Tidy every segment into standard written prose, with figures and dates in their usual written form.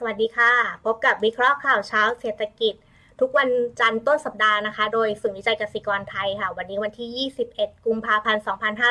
วัสดีค่ะพบกับวิเคราะห์ข่าวเช้าเศรษฐกิจทุกวันจันทร์ต้นสัปดาห์นะคะโดยศูนย์วิจัยกสิกรไทยค่ะวันนี้วันที่21กุมภาพันธ์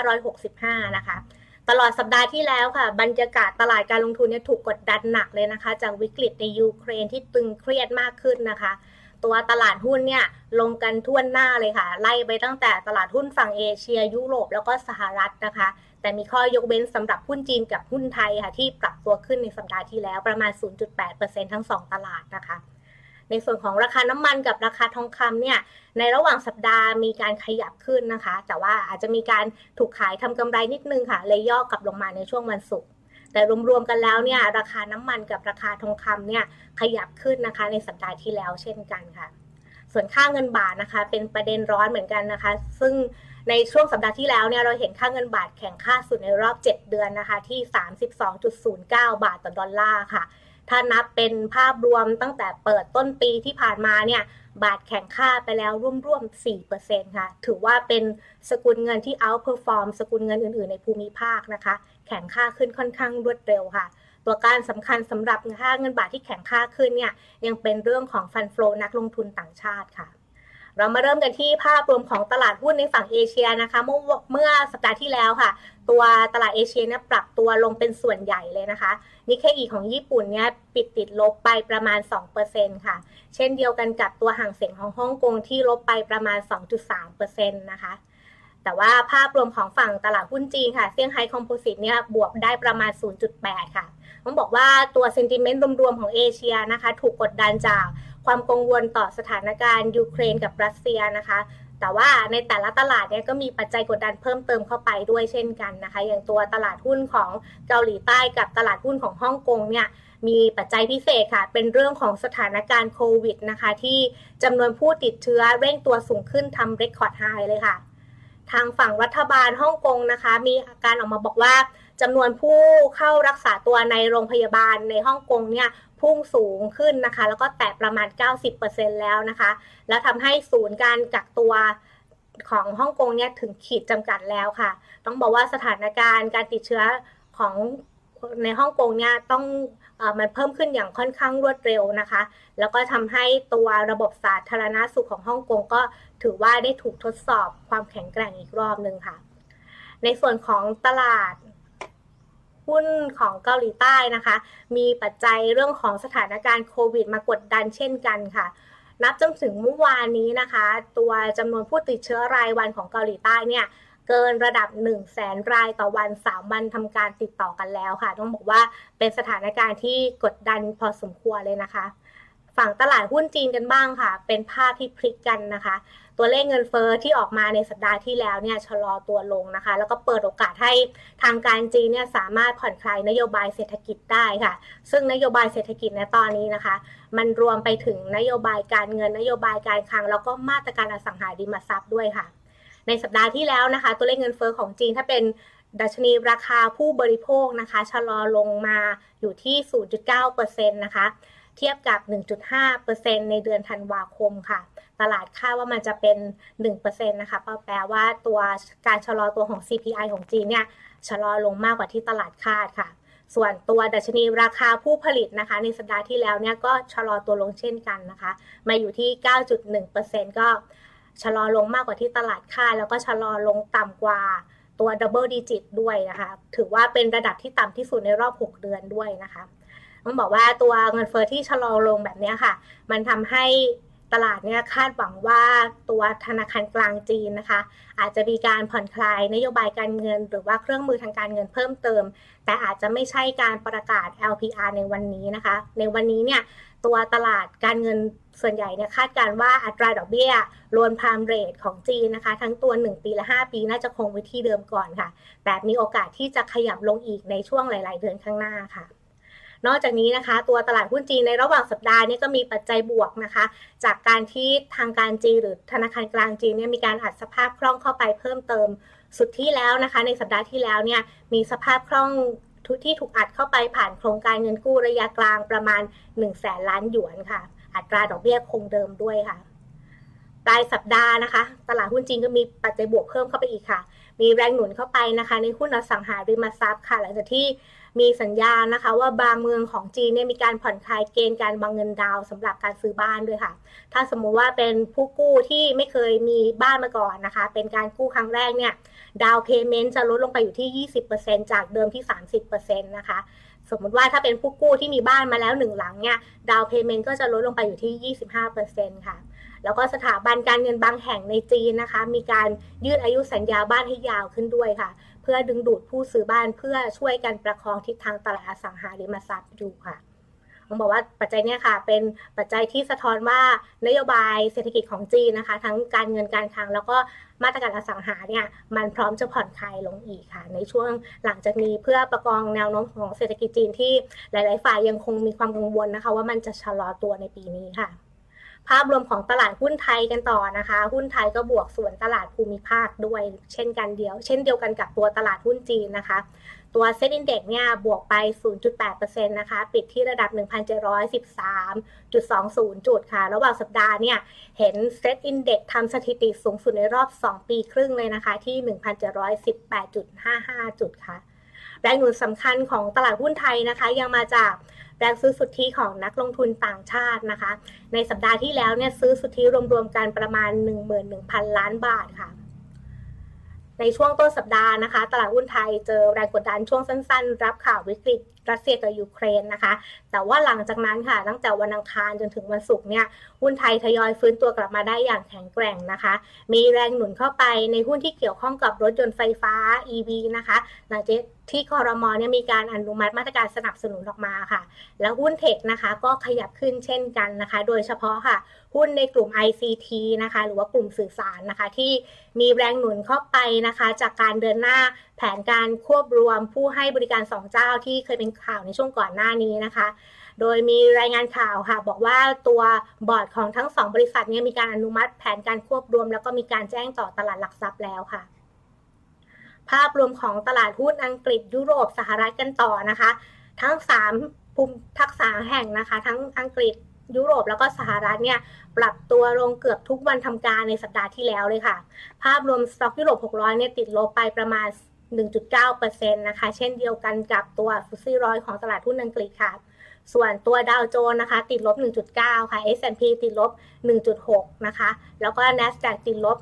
2565นะคะตลอดสัปดาห์ที่แล้วค่ะบรรยากาศตลาดการลงทุนเนี่ยถูกกดดันหนักเลยนะคะจากวิกฤตในยูเครนที่ตึงเครียดมากขึ้นนะคะตัวตลาดหุ้นเนี่ยลงกันทั่วหน้าเลยค่ะไล่ไปตั้งแต่ตลาดหุ้นฝั่งเอเชียยุโรปแล้วก็สหรัฐนะคะแต่มีข้อยกเว้นสำหรับหุ้นจีนกับหุ้นไทยค่ะที่ปรับตัวขึ้นในสัปดาห์ที่แล้วประมาณ 0.8% ทั้ง2ตลาดนะคะในส่วนของราคาน้ำมันกับราคาทองคำเนี่ยในระหว่างสัปดาห์มีการขยับขึ้นนะคะแต่ว่าอาจจะมีการถูกขายทำกำไรนิดนึงค่ะเลยย่อกลับลงมาในช่วงวันศุกร์แต่รวมๆกันแล้วเนี่ยราคาน้ำมันกับราคาทองคำเนี่ยขยับขึ้นนะคะในสัปดาห์ที่แล้วเช่นกันค่ะส่วนค่าเงินบาทนะคะเป็นประเด็นร้อนเหมือนกันนะคะซึ่งในช่วงสัปดาห์ที่แล้วเนี่ยเราเห็นค่าเงินบาทแข็งค่าสุดในรอบ7เดือนนะคะที่ 32.09 บาทต่อดอลลาร์ค่ะถ้านับเป็นภาพรวมตั้งแต่เปิดต้นปีที่ผ่านมาเนี่ยบาทแข็งค่าไปแล้วร่วมๆ 4% ค่ะถือว่าเป็นสกุลเงินที่ outperform สกุลเงินอื่นๆในภูมิภาคนะคะแข็งค่าขึ้นค่อนข้างรวดเร็วค่ะตัวการสำคัญสำหรับค่าเงินบาทที่แข็งค่าขึ้นเนี่ยยังเป็นเรื่องของฟันโฟลนักลงทุนต่างชาติค่ะเรามาเริ่มกันที่ภาพรวมของตลาดหุ้นในฝั่งเอเชียนะคะเมื่อสัปดาห์ที่แล้วค่ะตัวตลาดเอเชียเนี่ยปรับตัวลงเป็นส่วนใหญ่เลยนะคะนิเคอิของญี่ปุ่นเนี่ยปิดติดลบไปประมาณ 2% ค่ะเช่นเดียวกันกับตัวห่างเสียงของฮ่องกงที่ลบไปประมาณ 2.3% นะคะแต่ว่าภาพรวมของฝั่งตลาดหุ้นจีนค่ะเซี่ยงไฮ้คอมโพสิตเนี่ยบวกได้ประมาณ 0.8 ค่ะต้องบอกว่าตัวเซนติเมนต์รวมๆของเอเชียนะคะถูกกดดันจากความกังวลต่อสถานการณ์ยูเครนกับรัสเซียนะคะแต่ว่าในแต่ละตลาดเนี่ยก็มีปัจจัยกดดันเพิ่มเติมเข้าไปด้วยเช่นกันนะคะอย่างตัวตลาดหุ้นของเกาหลีใต้กับตลาดหุ้นของฮ่องกงเนี่ยมีปัจจัยพิเศษค่ะเป็นเรื่องของสถานการณ์โควิดนะคะที่จำนวนผู้ติดเชื้อเร่งตัวสูงขึ้นทำเรคคอร์ดไฮเลยค่ะทางฝั่งรัฐบาลฮ่องกงนะคะมีการออกมาบอกว่าจำนวนผู้เข้ารักษาตัวในโรงพยาบาลในฮ่องกงเนี่ยพุ่งสูงขึ้นนะคะแล้วก็แตะประมาณ 90% แล้วนะคะแล้วทำให้ศูนย์การกักตัวของฮ่องกงเนี่ยถึงขีดจำกัดแล้วค่ะต้องบอกว่าสถานการณ์การติดเชื้อของในฮ่องกงเนี่ยมันเพิ่มขึ้นอย่างค่อนข้างรวดเร็วนะคะแล้วก็ทำให้ตัวระบบสาธารณสุขของฮ่องกงก็ถือว่าได้ถูกทดสอบความแข็งแกร่งอีกรอบนึงค่ะในส่วนของตลาดหุ้นของเกาหลีใต้นะคะมีปัจจัยเรื่องของสถานการณ์โควิดมากดดันเช่นกันค่ะนับจนถึงเมื่อวานนี้นะคะตัวจำนวนผู้ติดเชื้อรายวันของเกาหลีใต้เนี่ยเกินระดับ 100,000 รายต่อวัน3วันทำการติดต่อกันแล้วค่ะต้องบอกว่าเป็นสถานการณ์ที่กดดันพอสมควรเลยนะคะฝั่งตลาดหุ้นจีนกันบ้างค่ะเป็นภาพที่พลิกกันนะคะตัวเลขเงินเฟ้อที่ออกมาในสัปดาห์ที่แล้วเนี่ยชะลอตัวลงนะคะแล้วก็เปิดโอกาสให้ทางการจีนเนี่ยสามารถผ่อนคลายนโยบายเศรษฐกิจได้ค่ะซึ่งนโยบายเศรษฐกิจในตอนนี้นะคะมันรวมไปถึงนโยบายการเงินนโยบายการคลังแล้วก็มาตรการอสังหาริมทรัพย์ด้วยค่ะในสัปดาห์ที่แล้วนะคะตัวเลขเงินเฟ้อของจีนถ้าเป็นดัชนีราคาผู้บริโภคนะคะชะลอลงมาอยู่ที่ 0.9% นะคะเทียบกับ 1.5% ในเดือนธันวาคมค่ะตลาดคาดว่ามันจะเป็น 1% นะคะแปลว่าตัวการชะลอตัวของ CPI ของจีนเนี่ยชะลอลงมากกว่าที่ตลาดคาดค่ะส่วนตัวดัชนีราคาผู้ผลิตนะคะในสัปดาห์ที่แล้วเนี่ยก็ชะลอตัวลงเช่นกันนะคะมาอยู่ที่ 9.1% ก็ชะลอลงมากกว่าที่ตลาดคาดแล้วก็ชะลอลงต่ำกว่าตัว double digit ด้วยนะคะถือว่าเป็นระดับที่ต่ำที่สุดในรอบ6เดือนด้วยนะคะต้องบอกว่าตัวเงินเฟ้อที่ชะลอลงแบบนี้ค่ะมันทำให้ตลาดเนี่ยคาดหวังว่าตัวธนาคารกลางจีนนะคะอาจจะมีการผ่อนคลายนโยบายการเงินหรือว่าเครื่องมือทางการเงินเพิ่มเติมแต่อาจจะไม่ใช่การประกาศ LPR ในวันนี้นะคะในวันนี้เนี่ยตัวตลาดการเงินส่วนใหญ่เนี่ยคาดการว่าอัตราดอกเบี้ยโลนพรามเรทของจีนนะคะทั้งตัว1ปีและ5ปีน่าจะคงไว้ที่เดิมก่อนค่ะแต่มีโอกาสที่จะขยับลงอีกในช่วงหลายๆเดือนข้างหน้าค่ะนอกจากนี้นะคะตัวตลาดหุ้นจีนในระหว่างสัปดาห์นี้ก็มีปัจจัยบวกนะคะจากการที่ทางการจีนหรือธนาคารกลางจีนเนี่ยมีการอัดสภาพคล่องเข้าไปเพิ่มเติมสุดที่แล้วนะคะในสัปดาห์ที่แล้วเนี่ยมีสภาพคล่องที่ถูกอัดเข้าไปผ่านโครงการเงินกู้ระยะกลางประมาณ 100,000 ล้านหยวนค่ะอัตราดอกเบี้ยคงเดิมด้วยค่ะปลายสัปดาห์นะคะตลาดหุ้นจีนก็มีปัจจัยบวกเพิ่มเข้าไปอีกค่ะมีแรงหนุนเข้าไปนะคะในหุ้นอสังหาริมทรัพย์ค่ะหลังจากที่มีสัญญาณนะคะว่าบางเมืองของจีนเนี่ยมีการผ่อนคลายเกณฑ์การวางเงินดาวน์สำหรับการซื้อบ้านด้วยค่ะถ้าสมมุติว่าเป็นผู้กู้ที่ไม่เคยมีบ้านมาก่อนนะคะเป็นการกู้ครั้งแรกเนี่ยดาวน์เพย์เมนต์จะลดลงไปอยู่ที่ 20% จากเดิมที่ 30% นะคะสมมติว่าถ้าเป็นผู้กู้ที่มีบ้านมาแล้ว1หลังเนี่ยดาวน์เพย์เมนต์ก็จะลดลงไปอยู่ที่ 25% ค่ะแล้วก็สถาบันการเงินบางแห่งในจีนนะคะมีการยืดอายุสัญญาบ้านให้ยาวขึ้นด้วยค่ะเพื่อดึงดูดผู้ซื้อบ้านเพื่อช่วยกันประคองทิศทางตลาดอสังหาริมทรัพย์อยู่ค่ะผมบอกว่าปัจจัยนี้ค่ะเป็นปัจจัยที่สะท้อนว่านโยบายเศรษฐกิจของจีนนะคะทั้งการเงินการคลังแล้วก็มาตรการอสังหาเนี่ยมันพร้อมจะผ่อนคลายลงอีกค่ะในช่วงหลังจากนี้เพื่อประคองแนวโน้มของเศรษฐกิจจีนที่หลายๆฝ่ายยังคงมีความกังวลนะคะว่ามันจะชะลอตัวในปีนี้ค่ะภาพรวมของตลาดหุ้นไทยกันต่อนะคะหุ้นไทยก็บวกส่วนตลาดภูมิภาคด้วยเช่นเดียวกันกับตัวตลาดหุ้นจีนนะคะตัวเซ็ตอินเด็กซ์เนี่ยบวกไป 0.8% นะคะปิดที่ระดับ 1,713.20 จุดค่ะระหว่างสัปดาห์เนี่ยเห็นเซ็ตอินเด็กซ์ทำสถิติสูงสุดในรอบ2ปีครึ่งเลยนะคะที่ 1,718.55 จุดค่ะแรงหนุนสำคัญของตลาดหุ้นไทยนะคะยังมาจากแรงซื้อสุทธิของนักลงทุนต่างชาตินะคะในสัปดาห์ที่แล้วเนี่ยซื้อสุทธิรวมๆกันประมาณ 11,000 ล้านบาทค่ะในช่วงต้นสัปดาห์นะคะตลาดหุ้นไทยเจอแรงกดดันช่วงสั้นๆรับข่าววิกฤตรัสเซียกับยูเครนนะคะแต่ว่าหลังจากนั้นค่ะตั้งแต่วันอังคารจนถึงวันศุกร์เนี่ยหุ้นไทยทยอยฟื้นตัวกลับมาได้อย่างแข็งแกร่งนะคะมีแรงหนุนเข้าไปในหุ้นที่เกี่ยวข้องกับรถยนต์ไฟฟ้า EV นะคะหลังจากที่ครม.เนี่ยมีการอนุมัติมาตรการสนับสนุนออกมาค่ะแล้วหุ้นเทคนะคะก็ขยับขึ้นเช่นกันนะคะโดยเฉพาะค่ะหุ้นในกลุ่ม ICT นะคะหรือว่ากลุ่มสื่อสารนะคะที่มีแรงหนุนเข้าไปนะคะจากการเดินหน้าแผนการควบรวมผู้ให้บริการ2เจ้าที่เคยเป็นข่าวในช่วงก่อนหน้านี้นะคะโดยมีรายงานข่าวค่ะบอกว่าตัวบอร์ดของทั้ง2บริษัทเนี่ยมีการอนุมัติแผนการควบรวมแล้วก็มีการแจ้งต่อตลาดหลักทรัพย์แล้วค่ะภาพรวมของตลาดหุ้นอังกฤษยุโรปสหรัฐกันต่อนะคะทั้ง3ภูมิทักษะแห่งนะคะทั้งอังกฤษยุโรปแล้วก็สหรัฐเนี่ยปรับตัวลงเกือบทุกวันทำการในสัปดาห์ที่แล้วเลยค่ะภาพรวมสต็อกยุโรป600เนี่ยติดลบไปประมาณ 1.9% นะคะเช่นเดียวกันกับตัวฟุตซี่100ของตลาดหุ้นอังกฤษค่ะส่วนตัวดาวโจนส์นะคะติดลบ 1.9 ค่ะ S&P ติดลบ 1.6 นะคะแล้วก็ NASDAQ ติดลบ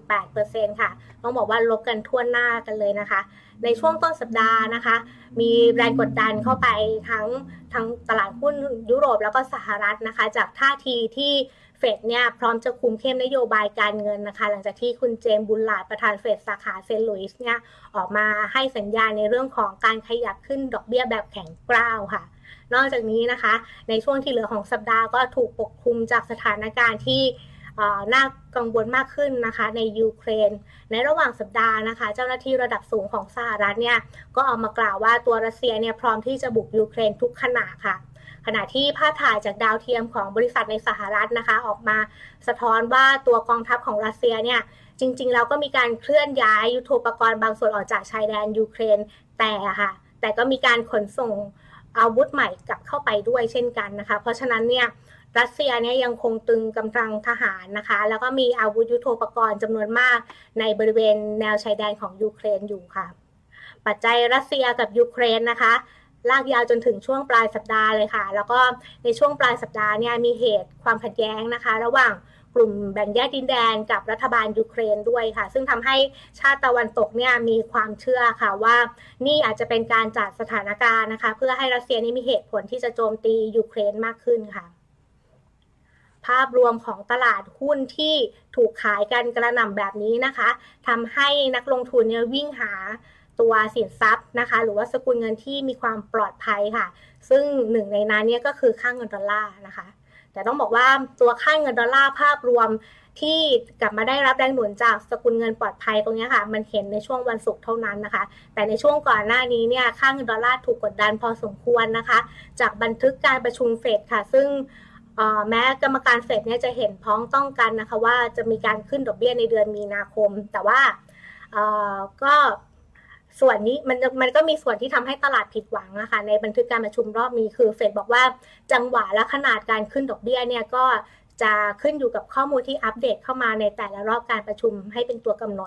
1.8% ค่ะต้องบอกว่าลบกันทั่วหน้ากันเลยนะคะในช่วงต้นสัปดาห์นะคะมีแรงกดดันเข้าไปทั้งตลาดหุ้นยุโรปแล้วก็สหรัฐนะคะจากท่าทีที่เฟดเนี่ยพร้อมจะคุมเข้มนโยบายการเงินนะคะหลังจากที่คุณเจมส์บุลลาร์ดประธานเฟดสาขาเซนต์หลุยส์เนี่ยออกมาให้สัญญาณในเรื่องของการขยับขึ้นดอกเบี้ยแบบแข็งกร้าวค่ะนอกจากนี้นะคะในช่วงที่เหลือของสัปดาห์ก็ถูกปกคลุมจากสถานการณ์ที่น่ากังวลมากขึ้นนะคะในยูเครนในระหว่างสัปดาห์นะคะเจ้าหน้าที่ระดับสูงของสหรัฐเนี่ยก็ออกมากล่าวว่าตัวรัสเซียเนี่ยพร้อมที่จะบุกยูเครนทุกขณะค่ะขณะที่ภาพถ่ายจากดาวเทียมของบริษัทในสหรัฐนะคะออกมาสะท้อนว่าตัวกองทัพของรัสเซียเนี่ยจริงๆแล้วก็มีการเคลื่อนย้ายยุทโธปกรณ์บางส่วนออกจากชายแดนยูเครนแต่ก็มีการขนส่งอาวุธใหม่กลับเข้าไปด้วยเช่นกันนะคะเพราะฉะนั้นเนี่ยรัสเซียเนี่ยยังคงตึงกำลังทหารนะคะแล้วก็มีอาวุธยุทโธปกรณ์จำนวนมากในบริเวณแนวชายแดนของยูเครนอยู่ค่ะปัจจัยรัสเซียกับยูเครนนะคะลากยาวจนถึงช่วงปลายสัปดาห์เลยค่ะแล้วก็ในช่วงปลายสัปดาห์เนี่ยมีเหตุความขัดแย้งนะคะระหว่างกลุ่มแบ่งแยกดินแดนกับรัฐบาลยูเครนด้วยค่ะซึ่งทำให้ชาติตะวันตกเนี่ยมีความเชื่อค่ะว่านี่อาจจะเป็นการจัดสถานการณ์นะคะเพื่อให้รัสเซียนี่มีเหตุผลที่จะโจมตียูเครนมากขึ้นค่ะภาพรวมของตลาดหุ้นที่ถูกขายกันกระหน่ำแบบนี้นะคะทำให้นักลงทุนเนี่ยวิ่งหาตัวสินทรัพย์นะคะหรือว่าสกุลเงินที่มีความปลอดภัยค่ะซึ่งหนึ่งในนั้นเนี่ยก็คือค่าเงินดอลลาร์นะคะแต่ต้องบอกว่าตัวค่าเงินดอลลาร์ภาพรวมที่กลับมาได้รับแรงหนุนจากสกุลเงินปลอดภัยตรงนี้ค่ะมันเห็นในช่วงวันศุกร์เท่านั้นนะคะแต่ในช่วงก่อนหน้านี้เนี่ยค่าเงินดอลลาร์ถูกกดดันพอสมควรนะคะจากบันทึกการประชุมเฟดค่ะซึ่งแม้กรรมการเฟดเนี่ยจะเห็นพ้องต้องกันนะคะว่าจะมีการขึ้นดอกเบี้ยในเดือนมีนาคมแต่ว่าก็ส่วนนี้มันก็มีส่วนที่ทำให้ตลาดผิดหวังนะคะในบันทึกการประชุมรอบนี้คือเฟดบอกว่าจังหวะและขนาดการขึ้นดอกเบี้ยเนี่ยก็จะขึ้นอยู่กับข้อมูลที่อัปเดตเข้ามาในแต่ละรอบการประชุมให้เป็นตัวกำหนด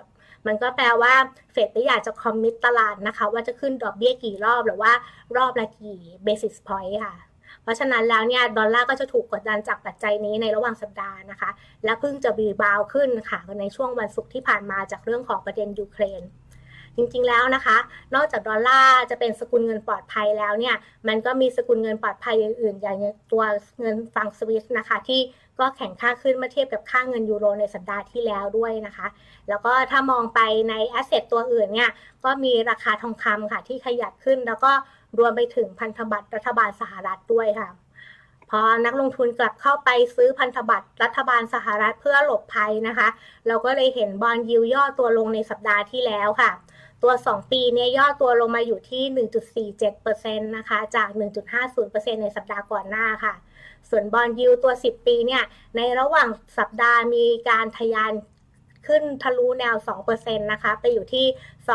มันก็แปลว่าเฟดไม่อยากจะคอมมิตตลาดนะคะว่าจะขึ้นดอกเบี้ยกี่รอบหรือว่ารอบละกี่เบสิสพอยต์ค่ะเพราะฉะนั้นแล้วเนี่ยดอลลาร์ก็จะถูกกดดันจากปัจจัยนี้ในระหว่างสัปดาห์นะคะและเพิ่งจะรีบาวด์ขึ้นค่ะในช่วงวันศุกร์ที่ผ่านมาจากเรื่องของประเด็นยูเครนจริงๆแล้วนะคะนอกจากดอลลาร์จะเป็นสกุลเงินปลอดภัยแล้วเนี่ยมันก็มีสกุลเงินปลอดภัยอื่นๆอย่างตัวเงินฟรังก์สวิสนะคะที่ก็แข็งค่าขึ้นเมื่อเทียบกับค่าเงินยูโรในสัปดาห์ที่แล้วด้วยนะคะแล้วก็ถ้ามองไปในแอสเซทตัวอื่นเนี่ยก็มีราคาทองคำค่ะที่ขยับขึ้นแล้วก็รวมไปถึงพันธบัตรรัฐบาลสหรัฐด้วยค่ะพอนักลงทุนกลับเข้าไปซื้อพันธบัตรรัฐบาลสหรัฐเพื่อหลบภัยนะคะเราก็เลยเห็นบอนด์ยิลด์ย่อตัวลงในสัปดาห์ที่แล้วค่ะตัว2ปีเนี่ยย่อตัวลงมาอยู่ที่ 1.47% นะคะจาก 1.50% ในสัปดาห์ก่อนหน้าค่ะส่วนบอนด์ยิลด์ตัว10ปีเนี่ยในระหว่างสัปดาห์มีการทะยานขึ้นทะลุแนว 2% นะคะไปอยู่ที่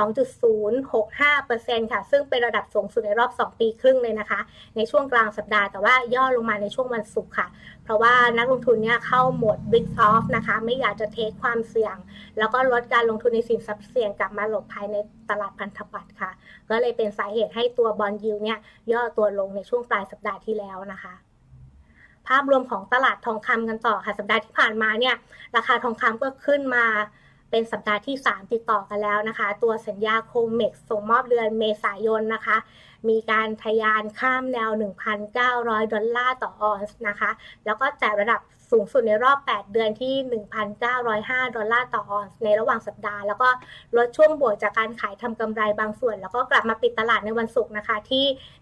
2.065% ค่ะซึ่งเป็นระดับสูงสุดในรอบ2ปีครึ่งเลยนะคะในช่วงกลางสัปดาห์แต่ว่าย่อลงมาในช่วงวันศุกร์ค่ะเพราะว่านักลงทุนเนี่ยเข้าโหมด risk off นะคะไม่อยากจะเทคความเสี่ยงแล้วก็ลดการลงทุนในสินทรัพย์เสี่ยงกลับมาหลบภัยในตลาดพันธบัตรค่ะก็เลยเป็นสาเหตุให้ตัวบอนด์ยิลด์เนี่ยย่อตัวลงในช่วงปลายสัปดาห์ที่แล้วนะคะภาพรวมของตลาดทองคำกันต่อค่ะสัปดาห์ที่ผ่านมาเนี่ยราคาทองคำก็ขึ้นมาเป็นสัปดาห์ที่3ติดต่อกันแล้วนะคะตัวสัญญาโคเม็กซ์ส่งมอบเดือนเมษายนนะคะมีการทะยานข้ามแนว $1,900 ต่อออนซ์นะคะแล้วก็แตะระดับสูงสุดในรอบ8เดือนที่ $1,905 ต่อออนซ์ในระหว่างสัปดาห์แล้วก็ลดช่วงบวกจากการขายทำกำไรบางส่วนแล้วก็กลับมาปิดตลาดในวันศุกร์นะคะที่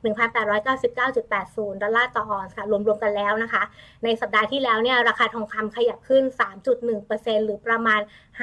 $1,899.80 ต่อออนซ์ค่ะรวมๆกันแล้วนะคะในสัปดาห์ที่แล้วเนี่ยราคาทองคำขยับขึ้น 3.1% หรือประมาณ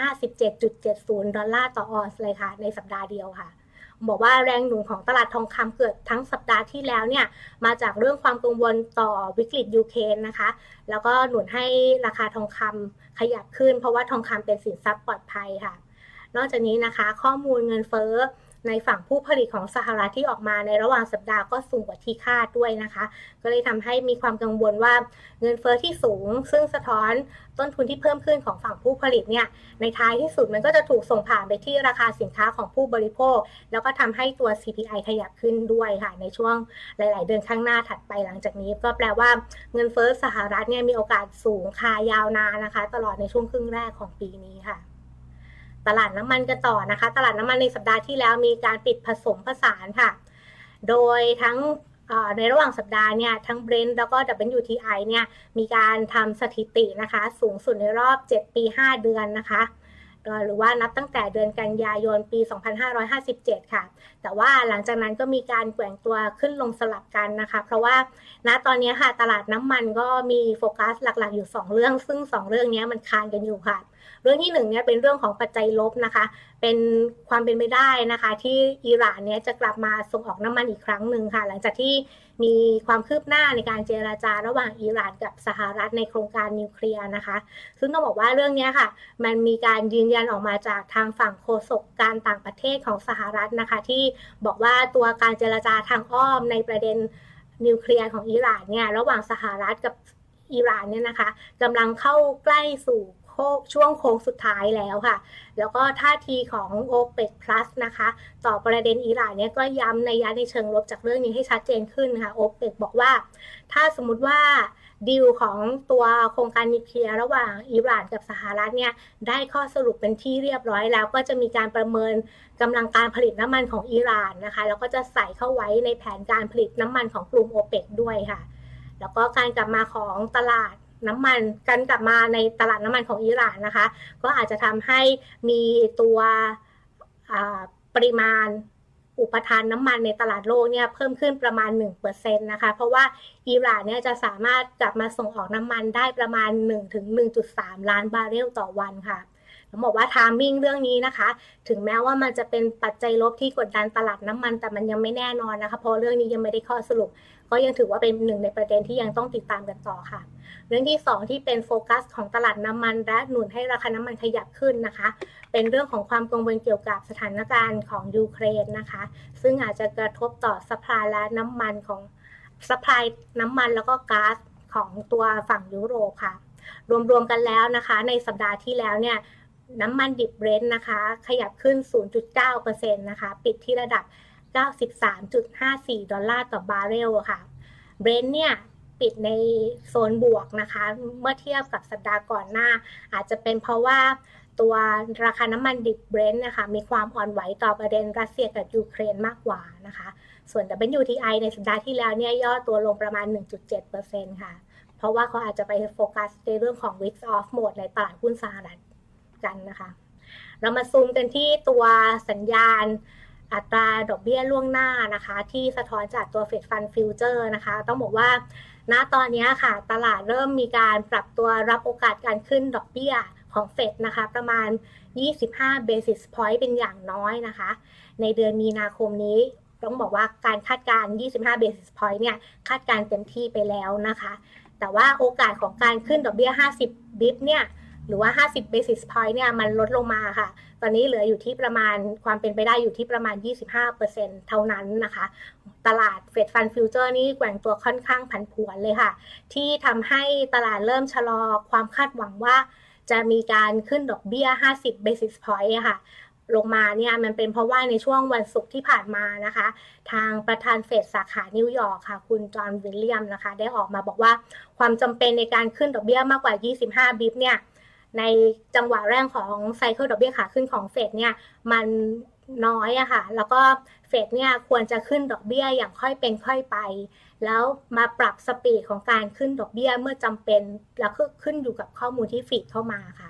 $57.70 ต่อออนซ์เลยค่ะในสัปดาห์เดียวค่ะบอกว่าแรงหนุนของตลาดทองคำเกิดทั้งสัปดาห์ที่แล้วเนี่ยมาจากเรื่องความกังวลต่อวิกฤตยูเครนนะคะแล้วก็หนุนให้ราคาทองคำขยับขึ้นเพราะว่าทองคำเป็นสินทรัพย์ปลอดภัยค่ะนอกจากนี้นะคะข้อมูลเงินเฟ้อในฝั่งผู้ผลิตของสหรัฐที่ออกมาในระหว่างสัปดาห์ก็สูงกว่าที่คาดด้วยนะคะก็เลยทำให้มีความกังวลว่าเงินเฟ้อที่สูงซึ่งสะท้อนต้นทุนที่เพิ่มขึ้นของฝั่งผู้ผลิตเนี่ยในท้ายที่สุดมันก็จะถูกส่งผ่านไปที่ราคาสินค้าของผู้บริโภคแล้วก็ทำให้ตัว CPI ขยับขึ้นด้วยค่ะในช่วงหลายๆเดือนข้างหน้าถัดไปหลังจากนี้ก็แปลว่าเงินเฟ้อสหรัฐเนี่ยมีโอกาสสูงค่ะยาวนานนะคะตลอดในช่วงครึ่งแรกของปีนี้ค่ะตลาดน้ำมันกันต่อนะคะตลาดน้ำมันในสัปดาห์ที่แล้วมีการปิดผสมผสานค่ะโดยทั้งในระหว่างสัปดาห์เนี่ยทั้ง Brent แล้วก็ WTI เนี่ยมีการทำสถิตินะคะสูงสุดในรอบ7ปี5เดือนนะคะหรือว่านับตั้งแต่เดือนกันยายนปี2557ค่ะแต่ว่าหลังจากนั้นก็มีการแกว่งตัวขึ้นลงสลับกันนะคะเพราะว่าณตอนนี้ค่ะตลาดน้ำมันก็มีโฟกัสหลักๆอยู่2เรื่องซึ่ง2เรื่องนี้มันคานกันอยู่ค่ะเรื่องที่1เนี่ยเป็นเรื่องของปัจจัยลบนะคะเป็นความเป็นไปได้นะคะที่อิหร่านเนี่ยจะกลับมาส่งออกน้ำมันอีกครั้งหนึ่งค่ะหลังจากที่มีความคืบหน้าในการเจรจาระหว่างอิหร่านกับสหรัฐในโครงการนิวเคลียร์นะคะซึ่งต้องบอกว่าเรื่องนี้ค่ะมันมีการยืนยันออกมาจากทางฝั่งโฆษกการต่างประเทศของสหรัฐนะคะที่บอกว่าตัวการเจรจาทางอ้อมในประเด็นนิวเคลียร์ของอิหร่านเนี่ยระหว่างสหรัฐกับอิหร่านเนี่ยนะคะกำลังเข้าใกล้สู่ช่วงโค้งสุดท้ายแล้วค่ะแล้วก็ท่าทีของ OPEC Plus นะคะต่อประเด็นอิหร่านเนี่ยก็ย้ำในเชิงลบจากเรื่องนี้ให้ชัดเจนขึ้นค่ะ OPEC บอกว่าถ้าสมมุติว่าดีลของตัวโครงการนิวเคลียร์ระหว่างอิหร่านกับสหรัฐเนี่ยได้ข้อสรุปเป็นที่เรียบร้อยแล้วก็จะมีการประเมินกำลังการผลิตน้ำมันของอิหร่านนะคะแล้วก็จะใส่เข้าไว้ในแผนการผลิตน้ำมันของกลุ่ม OPEC ด้วยค่ะแล้วก็การกลับมาของตลาดน้ำมันกันกลับมาในตลาดน้ำมันของอิหร่านนะคะก็อาจจะทำให้มีตัวปริมาณอุปทานน้ำมันในตลาดโลกเนี่ยเพิ่มขึ้นประมาณ 1% นะคะเพราะว่าอิหร่านเนี่ยจะสามารถกลับมาส่งออกน้ำมันได้ประมาณ 1-1.3 ล้านบาร์เรลต่อวันค่ะต้องบอกว่าไทมิ่งเรื่องนี้นะคะถึงแม้ว่ามันจะเป็นปัจจัยลบที่กดดันตลาดน้ำมันแต่มันยังไม่แน่นอนนะคะเพราะเรื่องนี้ยังไม่ได้ข้อสรุปก็ยังถือว่าเป็นหนึ่งในประเด็นที่ยังต้องติดตามกันต่อค่ะเรื่องที่2ที่เป็นโฟกัสของตลาดน้ำมันและหนุนให้ราคาน้ำมันขยับขึ้นนะคะเป็นเรื่องของความกังวลเกี่ยวกับสถานการณ์ของยูเครนนะคะซึ่งอาจจะกระทบต่อซัพพลายและน้ำมันของซัพพลายน้ำมันแล้วก็ก๊าซของตัวฝั่งยุโรปค่ะรวมๆกันแล้วนะคะในสัปดาห์ที่แล้วเนี่ยน้ำมันดิบเบรนท์นะคะขยับขึ้น 0.9% นะคะปิดที่ระดับ 93.54 ดอลลาร์ต่อบาร์เรลค่ะเบรนท์เนี่ยปิดในโซนบวกนะคะเมื่อเทียบกับสัปดาห์ก่อนหน้าอาจจะเป็นเพราะว่าตัวราคาน้ำมันดิบเบรนท์นะคะมีความอ่อนไหวต่อประเด็นรัสเซียกับยูเครนมากกว่านะคะส่วน WTI ในสัปดาห์ที่แล้วเนี่ยย่อตัวลงประมาณ 1.7% ค่ะเพราะว่าเขาอาจจะไปโฟกัสในเรื่องของ risk off mode ในตลาดหุ้นสหรัฐกันนะคะเรามาซูมกันที่ตัวสัญญาณอัตราดอกเบี้ยล่วงหน้านะคะที่สะท้อนจากตัว Fed Fund Future นะคะต้องบอกว่าณตอนนี้ค่ะตลาดเริ่มมีการปรับตัวรับโอกาสการขึ้นดอกเบี้ยของเฟดนะคะประมาณ25 basis point เป็นอย่างน้อยนะคะในเดือนมีนาคมนี้ต้องบอกว่าการคาดการณ์25 basis point เนี่ยคาดการณ์เต็มที่ไปแล้วนะคะแต่ว่าโอกาสของการขึ้นดอกเบี้ย50 บิปเนี่ยหรือว่า50 basis point เนี่ยมันลดลงมาค่ะตอนนี้เหลืออยู่ที่ประมาณความเป็นไปได้อยู่ที่ประมาณ 25% เท่านั้นนะคะตลาด Fed Fund Future นี่แกว่งตัวค่อนข้างผันผวนเลยค่ะที่ทำให้ตลาดเริ่มชะลอความคาดหวังว่าจะมีการขึ้นดอกเบี้ย50 basis point ค่ะลงมาเนี่ยมันเป็นเพราะว่าในช่วงวันศุกร์ที่ผ่านมานะคะทางประธานเฟดสาขานิวยอร์กค่ะคุณจอห์นวิลเลียมนะคะได้ออกมาบอกว่าความจำเป็นในการขึ้นดอกเบี้ยมากกว่า25บิปเนี่ยในจังหวะแรกของไซเคิลดอกเบี้ยขาขึ้นของเฟดเนี่ยมันน้อยอะค่ะแล้วก็เฟดเนี่ยควรจะขึ้นดอกเบี้ยอย่างค่อยเป็นค่อยไปแล้วมาปรับสปีดของการขึ้นดอกเบี้ยเมื่อจำเป็นแล้วก็ขึ้นอยู่กับข้อมูลที่ฟีดเข้ามาค่ะ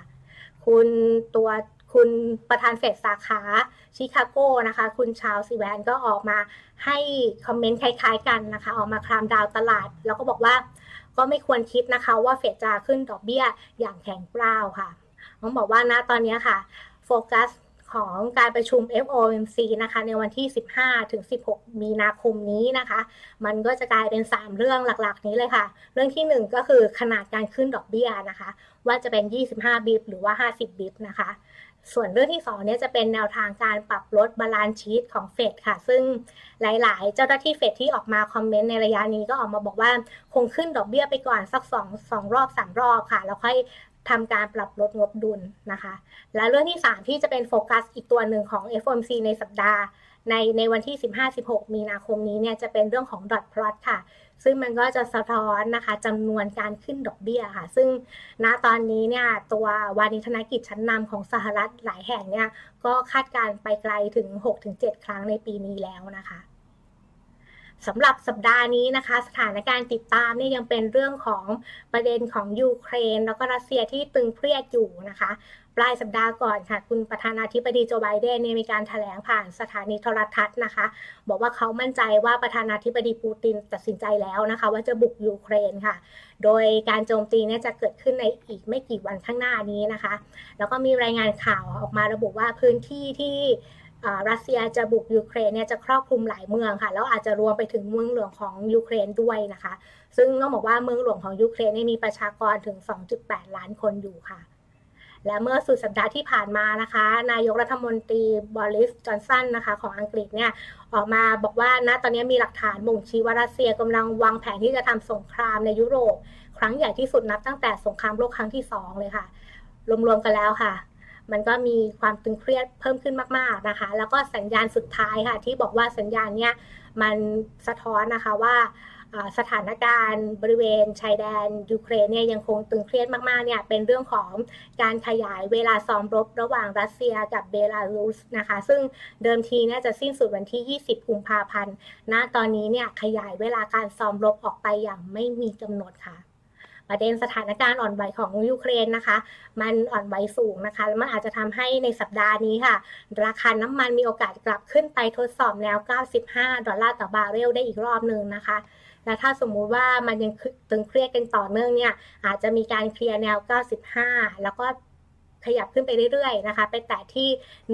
คุณประธานเฟดสาขาชิคาโกนะคะคุณชาร์ลส์ซีแวนก็ออกมาให้คอมเมนต์คล้ายๆกันนะคะออกมาคลามดาวตลาดแล้วก็บอกว่าก็ไม่ควรคิดนะคะว่าเฟดจะขึ้นดอกเบี้ยอย่างแข็งกร้าวค่ะต้องบอกว่านะตอนนี้ค่ะโฟกัสของการประชุม FOMC นะคะในวันที่15ถึง16มีนาคมนี้นะคะมันก็จะกลายเป็น3เรื่องหลักๆนี้เลยค่ะเรื่องที่1ก็คือขนาดการขึ้นดอกเบี้ยนะคะว่าจะเป็น25บิปหรือว่า50บิปนะคะส่วนเรื่องที่2เนี่ยจะเป็นแนวทางการปรับลดบาลานซ์ชีทของเฟดค่ะซึ่งหลายๆเจ้าหน้าที่เฟดที่ออกมาคอมเมนต์ในระยะนี้ก็ออกมาบอกว่าคงขึ้นดอกเบี้ยไปก่อนสัก2รอบ3รอบค่ะแล้วค่อยทำการปรับลดงบดุลนะคะและเรื่องที่3ที่จะเป็นโฟกัสอีกตัวหนึ่งของ FOMC ในสัปดาห์ในวันที่15-16มีนาคมนี้เนี่ยจะเป็นเรื่องของ dot plot ค่ะซึ่งมันก็จะสะท้อนนะคะจำนวนการขึ้นดอกเบี้ยค่ะซึ่งณตอนนี้เนี่ยตัววานิชธนกิจชั้นนำของสหรัฐหลายแห่งเนี่ยก็คาดการไปไกลถึง 6-7 ครั้งในปีนี้แล้วนะคะสำหรับสัปดาห์นี้นะคะสถานการณ์ติดตามเนี่ยยังเป็นเรื่องของประเด็นของยูเครนแล้วก็รัสเซียที่ตึงเครียดอยู่นะคะปลายสัปดาห์ก่อนค่ะคุณประธานาธิบดีโจไบเดนเนี่ยมีการแถลงผ่านสถานีโทรทัศน์นะคะบอกว่าเขามั่นใจว่าประธานาธิบดีปูตินตัดสินใจแล้วนะคะว่าจะบุกยูเครนค่ะโดยการโจมตีเนี่ยจะเกิดขึ้นในอีกไม่กี่วันข้างหน้านี้นะคะแล้วก็มีรายงานข่าวออกมาระบุว่าพื้นที่ที่รัสเซียจะบุกยูเครนเนี่ยจะครอบคลุมหลายเมืองค่ะแล้วอาจจะรวมไปถึงเมืองหลวงของยูเครนด้วยนะคะซึ่งต้องบอกว่าเมืองหลวงของยูเครนมีประชากรถึง 2.8 ล้านคนอยู่ค่ะและเมื่อสุดสัปดาห์ที่ผ่านมานะคะนายกรัฐมนตรีบอริส จอนสันนะคะของอังกฤษเนี่ยออกมาบอกว่าณตอนนี้มีหลักฐานบ่งชี้ว่ารัสเซียกำลังวางแผนที่จะทำสงครามในยุโรปครั้งใหญ่ที่สุดนับตั้งแต่สงครามโลกครั้งที่2เลยค่ะรวมๆกันแล้วค่ะมันก็มีความตึงเครียดเพิ่มขึ้นมากๆนะคะแล้วก็สัญญาณสุดท้ายค่ะที่บอกว่าสัญญาณเนี้ยมันสะท้อนนะคะว่าสถานการณ์บริเวณชายแดนยูเครนเนี่ยยังคงตึงเครียดมากๆเนี่ยเป็นเรื่องของการขยายเวลาซ้อมรบระหว่างรัสเซียกับเบลารุสนะคะซึ่งเดิมทีเนี่ยจะสิ้นสุดวันที่20กุมภาพันธ์ณตอนนี้เนี่ยขยายเวลาการซ้อมรบออกไปอย่างไม่มีกำหนดค่ะประเด็นสถานการณ์อ่อนไหวของยูเครนนะคะมันอ่อนไหวสูงนะคะมันอาจจะทำให้ในสัปดาห์นี้ค่ะราคาน้ำมันมีโอกาสกลับขึ้นไปทดสอบแนว$95ต่อบาร์เรลได้อีกรอบนึงนะคะและถ้าสมมุติว่ามันยังตึงเครียดกันต่อเนื่องเนี่ยอาจจะมีการเคลียร์แนว95แล้วก็ขยับขึ้นไปเรื่อยๆนะคะไปแตะที่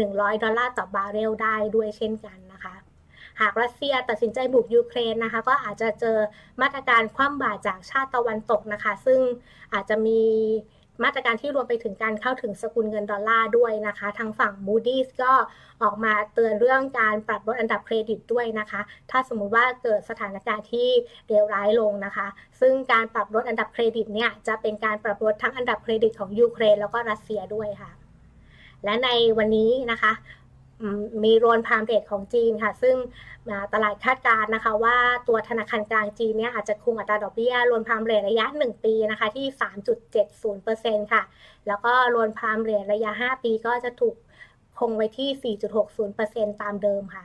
$100ต่อบาร์เรลได้ด้วยเช่นกันนะคะหากรัสเซียตัดสินใจบุกยูเครนนะคะก็อาจจะเจอมาตรการคว่ำบาตรจากชาติตะวันตกนะคะซึ่งอาจจะมีมาตรการที่รวมไปถึงการเข้าถึงสกุลเงินดอลลาร์ด้วยนะคะทางฝั่ง Moody's ก็ออกมาเตือนเรื่องการปรับลดอันดับเครดิตด้วยนะคะถ้าสมมุติว่าเกิดสถานการณ์ที่เลวร้ายลงนะคะซึ่งการปรับลดอันดับเครดิตเนี่ยจะเป็นการปรับลดทั้งอันดับเครดิตของยูเครนแล้วก็รัสเซียด้วยค่ะและในวันนี้นะคะมีโรนพามเรทของจีนค่ะซึ่งตลาดคาดการณ์นะคะว่าตัวธนาคารกลางจีนเนี่ยอาจจะคงอัตราดอกเบี้ยโรนพามเรทระยะ1ปีนะคะที่ 3.70% ค่ะแล้วก็โรนพามเรทระยะ5ปีก็จะถูกคงไว้ที่ 4.60% ตามเดิมค่ะ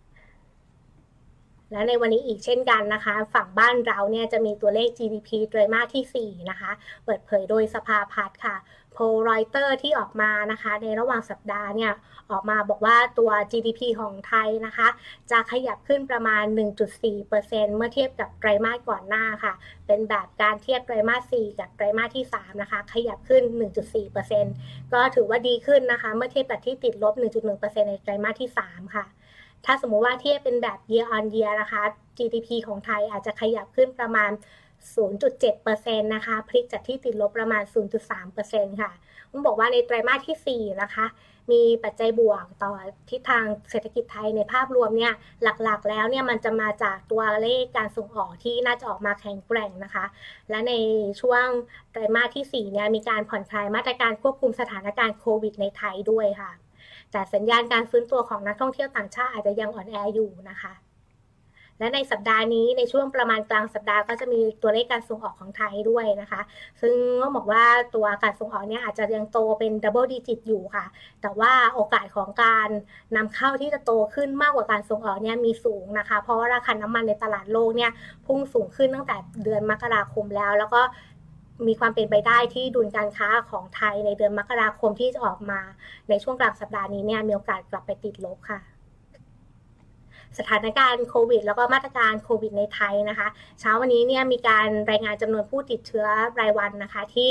และในวันนี้อีกเช่นกันนะคะฝั่งบ้านเราเนี่ยจะมีตัวเลข GDP ไตรมาสที่4นะคะเปิดเผยโดยสภาพัฒน์ค่ะโพลรอยเตอร์ที่ออกมานะคะในระหว่างสัปดาห์เนี่ยออกมาบอกว่าตัว GDP ของไทยนะคะจะขยับขึ้นประมาณ 1.4% เมื่อเทียบกับไตรมาสก่อนหน้าค่ะเป็นแบบการเทียบไตรมาส4กับไตรมาสที่3นะคะขยับขึ้น 1.4% ก็ถือว่าดีขึ้นนะคะเมื่อเทียบกับที่ติดลบ 1.1% ในไตรมาสที่3ค่ะถ้าสมมุติว่าเทียบเป็นแบบ year on year นะคะ GDP ของไทยอาจจะขยับขึ้นประมาณ 0.7% นะคะพลิกจากที่ติดลบประมาณ 0.3% ค่ะต้องบอกว่าในไตรมาสที่4นะคะมีปัจจัยบวกต่อทิศทางเศรษฐกิจไทยในภาพรวมเนี่ยหลักๆแล้วเนี่ยมันจะมาจากตัวเลขการส่งออกที่น่าจะออกมาแข็งแกร่งนะคะและในช่วงไตรมาสที่4เนี่ยมีการผ่อนคลายมาตรการควบคุมสถานการณ์โควิดในไทยด้วยค่ะแต่สัญญาณการฟื้นตัวของนักท่องเที่ยวต่างชาติอาจจะยังอ่อนแออยู่นะคะและในสัปดาห์นี้ในช่วงประมาณกลางสัปดาห์ก็จะมีตัวเลขการส่งออกของไทยด้วยนะคะซึ่งก็บอกว่าตัวการส่งออกเนี่ยอาจจะยังโตเป็นดับเบิลดิจิตอยู่ค่ะแต่ว่าโอกาสของการนำเข้าที่จะโตขึ้นมากกว่าการส่งออกเนี่ยมีสูงนะคะเพราะว่าราคาน้ำมันในตลาดโลกเนี่ยพุ่งสูงขึ้นตั้งแต่เดือนมกราคมแล้วก็มีความเป็นไปได้ที่ดุลการค้าของไทยในเดือนมกราคมที่จะออกมาในช่วงกลางสัปดาห์นี้เนี่ยมีโอกาสกลับไปติดลบค่ะสถานการณ์โควิดแล้วก็มาตรการโควิดในไทยนะคะเช้าวันนี้เนี่ยมีการรายงานจำนวนผู้ติดเชื้อรายวันนะคะที่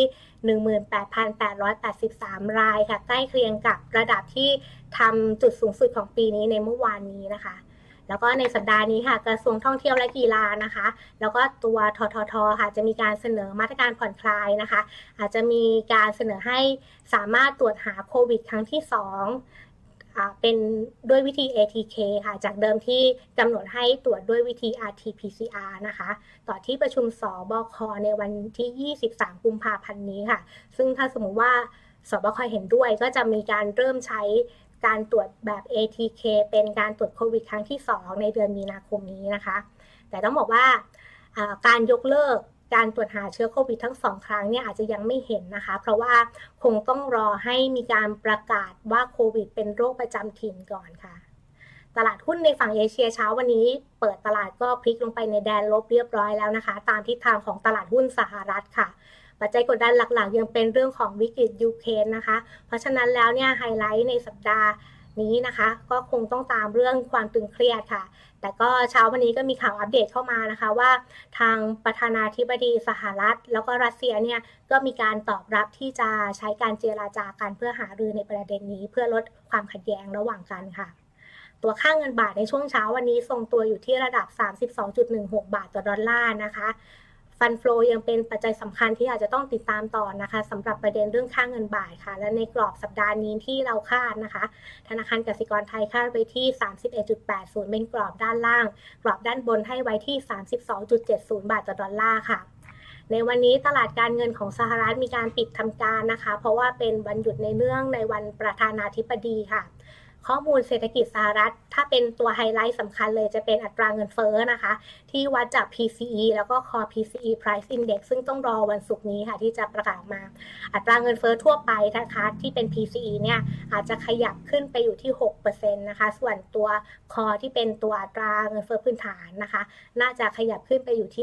18,883 รายค่ะใกล้เคียงกับระดับที่ทำจุดสูงสุดของปีนี้ในเมื่อวานนี้นะคะแล้วก็ในสัปดาห์นี้ค่ะกระทรวงท่องเที่ยวและกีฬานะคะแล้วก็ตัวทททค่ะจะมีการเสนอมาตรการผ่อนคลายนะคะอาจจะมีการเสนอให้สามารถตรวจหาโควิดครั้งที่2เป็นด้วยวิธี ATK ค่ะจากเดิมที่กำหนดให้ตรวจด้วยวิธี RT-PCR นะคะต่อที่ประชุมสบคในวันที่23กุมภาพันธ์นี้ค่ะซึ่งถ้าสมมุติว่าสบคเห็นด้วยก็จะมีการเริ่มใช้การตรวจแบบ ATK เป็นการตรวจโควิดครั้งที่2ในเดือนมีนาคมนี้นะคะแต่ต้องบอกว่าการยกเลิกการตรวจหาเชื้อโควิดทั้ง2ครั้งเนี่ยอาจจะยังไม่เห็นนะคะเพราะว่าคงต้องรอให้มีการประกาศว่าโควิดเป็นโรคประจำถิ่นก่อนค่ะตลาดหุ้นในฝั่งเอเชียเช้าวันนี้เปิดตลาดก็พลิกลงไปในแดนลบเรียบร้อยแล้วนะคะตามทิศทางของตลาดหุ้นสหรัฐค่ะปัจจัยกดดันหลักๆยังเป็นเรื่องของวิกฤตยูเครนนะคะเพราะฉะนั้นแล้วเนี่ยไฮไลท์ในสัปดาห์นี้นะคะก็คงต้องตามเรื่องความตึงเครียดค่ะแต่ก็เช้าวันนี้ก็มีข่าวอัปเดตเข้ามานะคะว่าทางประธานาธิบดีสหรัฐแล้วก็รัสเซียเนี่ยก็มีการตอบรับที่จะใช้การเจรจากันเพื่อหารือในประเด็นนี้เพื่อลดความขัดแย้งระหว่างกันค่ะตัวค่าเงินบาทในช่วงเช้าวันนี้ทรงตัวอยู่ที่ระดับ 32.16 บาทต่อดอลลาร์นะคะฟันโฟยังเป็นปัจจัยสำคัญที่อาจจะต้องติดตามต่อนะคะสำหรับประเด็นเรื่องค่าเงินบาทค่ะและในกรอบสัปดาห์นี้ที่เราคาดนะคะธนาคารกสิกรไทยคาดไว้ที่ 31.80 เป็นกรอบด้านล่างกรอบด้านบนให้ไว้ที่ 32.70 บาทต่อดอลลาร์ค่ะในวันนี้ตลาดการเงินของสหรัฐมีการปิดทำการนะคะเพราะว่าเป็นวันหยุดในเนื่องในวันประธานาธิบดีค่ะข้อมูลเศรษฐกิจสหรัฐถ้าเป็นตัวไฮไลท์สำคัญเลยจะเป็นอัตราเงินเฟ้อนะคะที่วัดจาก PCE แล้วก็ Core PCE Price Index ซึ่งต้องรอวันศุกร์นี้ค่ะที่จะประกาศมาอัตราเงินเฟ้อทั่วไปนะคะที่เป็น PCE เนี่ยอาจจะขยับขึ้นไปอยู่ที่ 6% นะคะส่วนตัว Core ที่เป็นตัวอัตราเงินเฟ้อพื้นฐานนะคะน่าจะขยับขึ้นไปอยู่ที่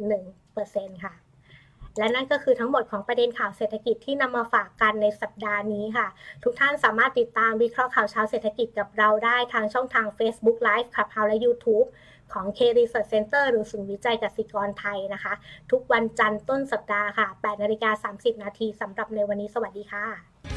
5.1% ค่ะและนั่นก็คือทั้งหมดของประเด็นข่าวเศรษฐกิจที่นำมาฝากกันในสัปดาห์นี้ค่ะทุกท่านสามารถติดตามวิเคราะห์ข่าวเช้าเศรษฐกิจกับเราได้ทางช่องทาง Facebook Live Clubhouse และ YouTube ของ K Research Center หรือศูนย์วิจัยกสิกรไทยนะคะทุกวันจันทร์ต้นสัปดาห์ค่ะ 8:30 น.สำหรับในวันนี้สวัสดีค่ะ